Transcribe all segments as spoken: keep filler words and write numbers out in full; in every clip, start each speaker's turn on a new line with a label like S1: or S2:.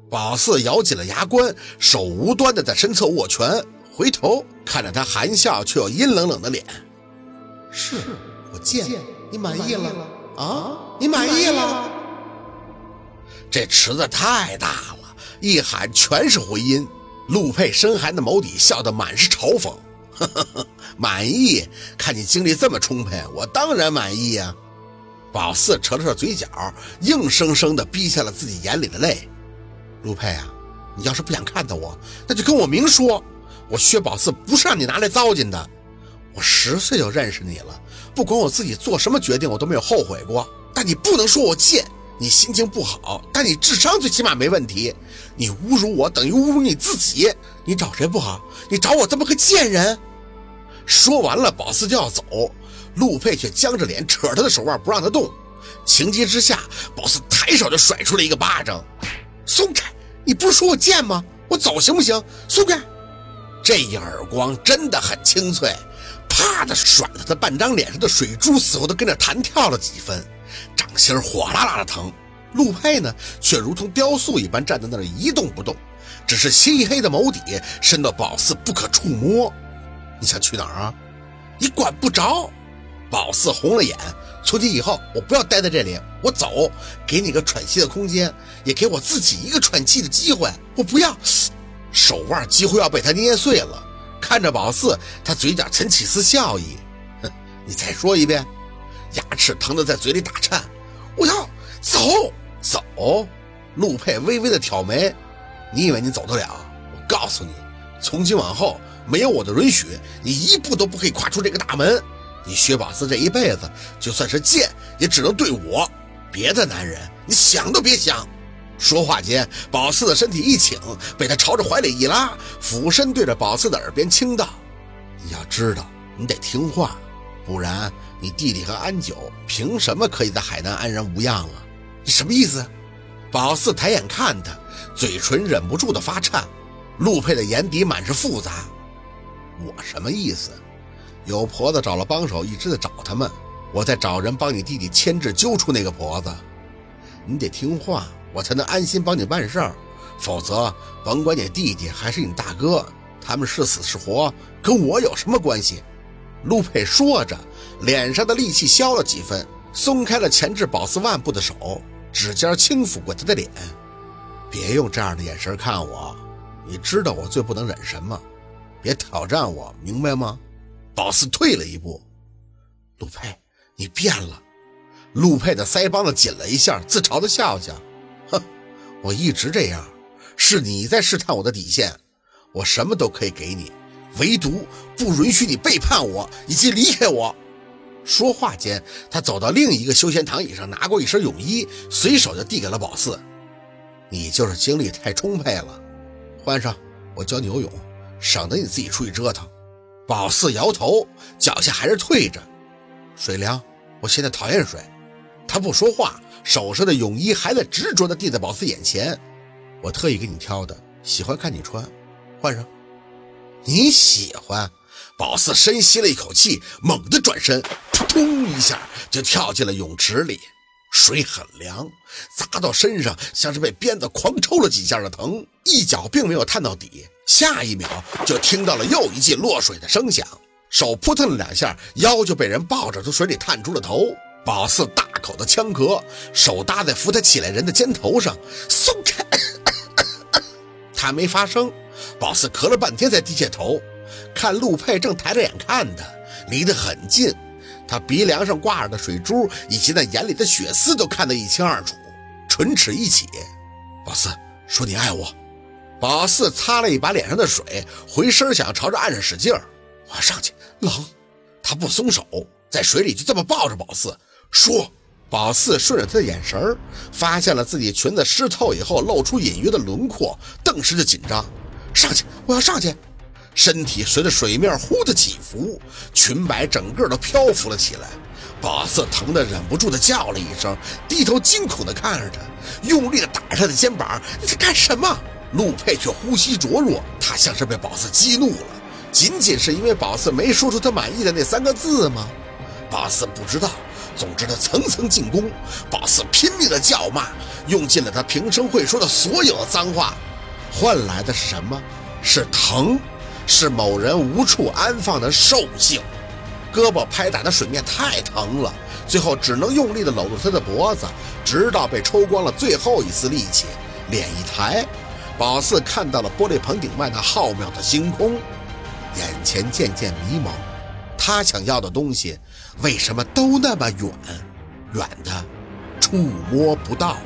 S1: 宝四咬紧了牙关，手无端的在身侧握拳，回头看着他含笑却又阴冷冷的脸。是，我见，你满意了啊？你满意了？这池子太大了，一喊全是回音。陆佩深寒的眸底笑得满是嘲讽。呵呵呵，满意？看你精力这么充沛，我当然满意呀、啊。宝四扯了扯嘴角，硬生生地逼下了自己眼里的泪。陆佩啊，你要是不想看到我，那就跟我明说。我薛宝四不是让你拿来糟践的。我十岁就认识你了，不管我自己做什么决定，我都没有后悔过。但你不能说我贱。你心情不好，但你智商最起码没问题。你侮辱我等于侮辱你自己。你找谁不好？你找我这么个贱人？说完了，宝四就要走，陆佩却僵着脸扯他的手腕不让他动。情急之下，宝四抬手就甩出了一个巴掌。松开！你不是说我贱吗？我走行不行？松开！这一耳光真的很清脆，啪的甩得他半张脸上的水珠似乎都跟着弹跳了几分，掌心火辣辣的疼。陆佩呢，却如同雕塑一般站在那儿一动不动，只是漆黑的眸底深到宝四不可触摸。你想去哪儿啊？你管不着。宝四红了眼，从今以后我不要待在这里，我走，给你个喘息的空间，也给我自己一个喘气的机会。我不要。手腕几乎要被他捏碎了。看着宝四，他嘴角嗔起丝笑意。哼，你再说一遍。牙齿疼得在嘴里打颤。我要走走。陆佩微微的挑眉。你以为你走得了？我告诉你，从今往后没有我的允许，你一步都不可以跨出这个大门。你薛宝四这一辈子就算是贱，也只能对我，别的男人你想都别想。说话间，宝四的身体一倾，被他朝着怀里一拉，俯身对着宝四的耳边轻道：你要知道，你得听话，不然你弟弟和安九凭什么可以在海南安然无恙啊？你什么意思？宝四抬眼看他，嘴唇忍不住的发颤。陆佩的眼底满是复杂。我什么意思？有婆子找了帮手，一直在找他们，我在找人帮你弟弟牵制揪出那个婆子。你得听话，我才能安心帮你办事儿，否则甭管你弟弟还是你大哥，他们是死是活跟我有什么关系？陆佩说着，脸上的戾气消了几分，松开了钳制宝四腕部的手，指尖轻抚过他的脸。别用这样的眼神看我，你知道我最不能忍什么，别挑战我，明白吗？宝四退了一步。陆佩，你变了。陆佩的腮帮子紧了一下，自嘲的笑笑。哼，我一直这样，是你在试探我的底线。我什么都可以给你，唯独不允许你背叛我以及离开我。说话间，他走到另一个休闲躺椅上，拿过一身泳衣，随手就递给了宝四。你就是精力太充沛了，换上，我教你游泳，省得你自己出去折腾。宝四摇头，脚下还是退着。水凉，我现在讨厌水。他不说话，手上的泳衣还在执着地递在宝四眼前。我特意给你挑的，喜欢看你穿，换上。你喜欢？宝四深吸了一口气，猛地转身，扑通一下就跳进了泳池里。水很凉，砸到身上像是被鞭子狂抽了几下的疼，一脚并没有探到底，下一秒就听到了又一记落水的声响，手扑腾了两下，腰就被人抱着从水里探出了头。宝四大口的呛咳，手搭在扶他起来人的肩头上，松开。他没发声。宝四咳了半天才低下头，看陆佩正抬着眼看他，离得很近，他鼻梁上挂着的水珠以及那眼里的血丝都看得一清二楚，唇齿一起。宝四，说你爱我。宝四擦了一把脸上的水，回身想朝着岸上使劲儿。我上去，冷。他不松手，在水里就这么抱着宝四说。宝四顺着他的眼神，发现了自己裙子湿透以后露出隐约的轮廓，顿时就紧张。上去，我要上去。身体随着水面忽的起伏，裙摆整个都漂浮了起来。宝四疼得忍不住的叫了一声，低头惊恐的看着他，用力的打着他的肩膀。你在干什么？陆佩却呼吸着弱，他像是被宝四激怒了，仅仅是因为宝四没说出他满意的那三个字吗？宝四不知道， 总之他层层进攻，宝四拼命的叫骂，用尽了他平生会说的所有的脏话，换来的是什么？是疼，是某人无处安放的兽性。胳膊拍打的水面太疼了，最后只能用力的搂住他的脖子，直到被抽光了最后一丝力气。脸一抬，宝四看到了玻璃棚顶外那浩渺的星空，眼前渐渐迷蒙。他想要的东西为什么都那么远，远的触摸不到？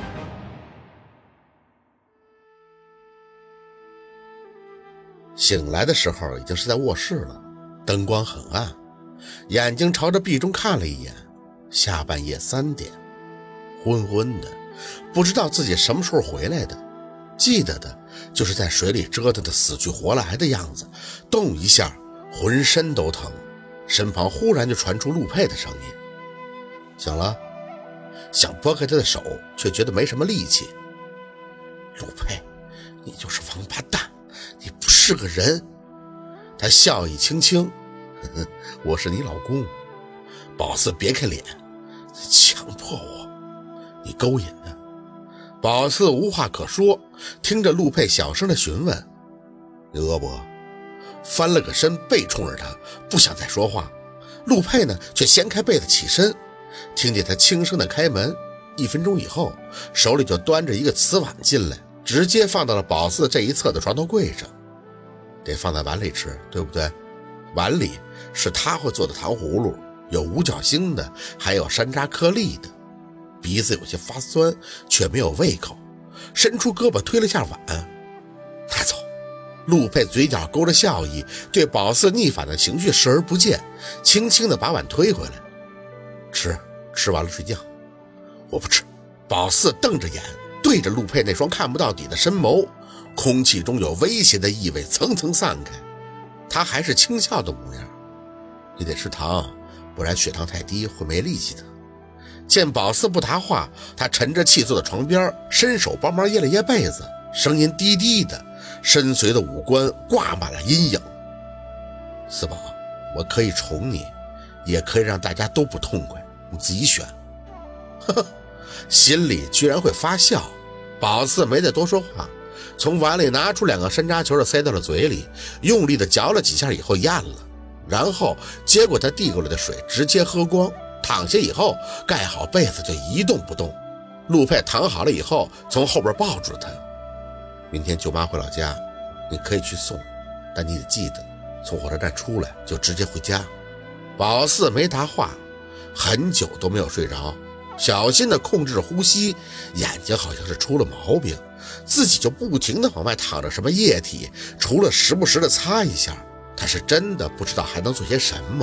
S1: 醒来的时候已经是在卧室了，灯光很暗，眼睛朝着壁中看了一眼，下半夜三点，昏昏的，不知道自己什么时候回来的，记得的就是在水里折腾的死去活来的样子，动一下浑身都疼。身旁忽然就传出陆佩的声音：醒了？想拨开他的手，却觉得没什么力气。陆佩，你就是王八蛋，你不是个人。他笑意轻轻，呵呵，我是你老公。宝四别开脸，强迫我，你勾引的。宝四无话可说，听着陆佩小声的询问：你饿不？翻了个身，背冲着他，不想再说话。陆佩呢，却掀开被子起身，听见他轻声的开门。一分钟以后，手里就端着一个瓷碗进来，直接放到了宝四这一侧的床头柜上。得放在碗里吃，对不对？碗里是他会做的糖葫芦，有五角星的，还有山楂颗粒的。鼻子有些发酸，却没有胃口，伸出胳膊推了下碗，拿走。陆佩嘴角勾着笑意，对宝四逆反的情绪视而不见，轻轻地把碗推回来。吃，吃完了睡觉。我不吃。宝四瞪着眼，对着陆佩那双看不到底的深眸，空气中有威胁的意味层层散开。他还是轻笑的模样。你得吃糖，不然血糖太低会没力气的。见宝四不答话，他沉着气坐在床边，伸手帮忙掖了掖被子，声音低低的，深邃的五官挂满了阴影。四宝，我可以宠你，也可以让大家都不痛快，你自己选。呵呵，心里居然会发笑。宝四没再多说话，从碗里拿出两个山楂球的塞到了嘴里，用力的嚼了几下以后咽了，然后接过他递过来的水直接喝光，躺下以后盖好被子就一动不动。陆佩躺好了以后，从后边抱住了他。明天舅妈回老家，你可以去送，但你得记得从火车站出来就直接回家。宝四没答话，很久都没有睡着，小心地控制着呼吸，眼睛好像是出了毛病，自己就不停地往外淌着什么液体，除了时不时地擦一下，他是真的不知道还能做些什么。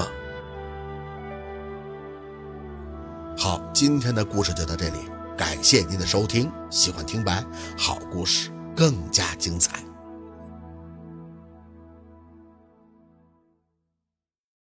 S1: 好，今天的故事就到这里，感谢您的收听。喜欢听白好故事更加精彩。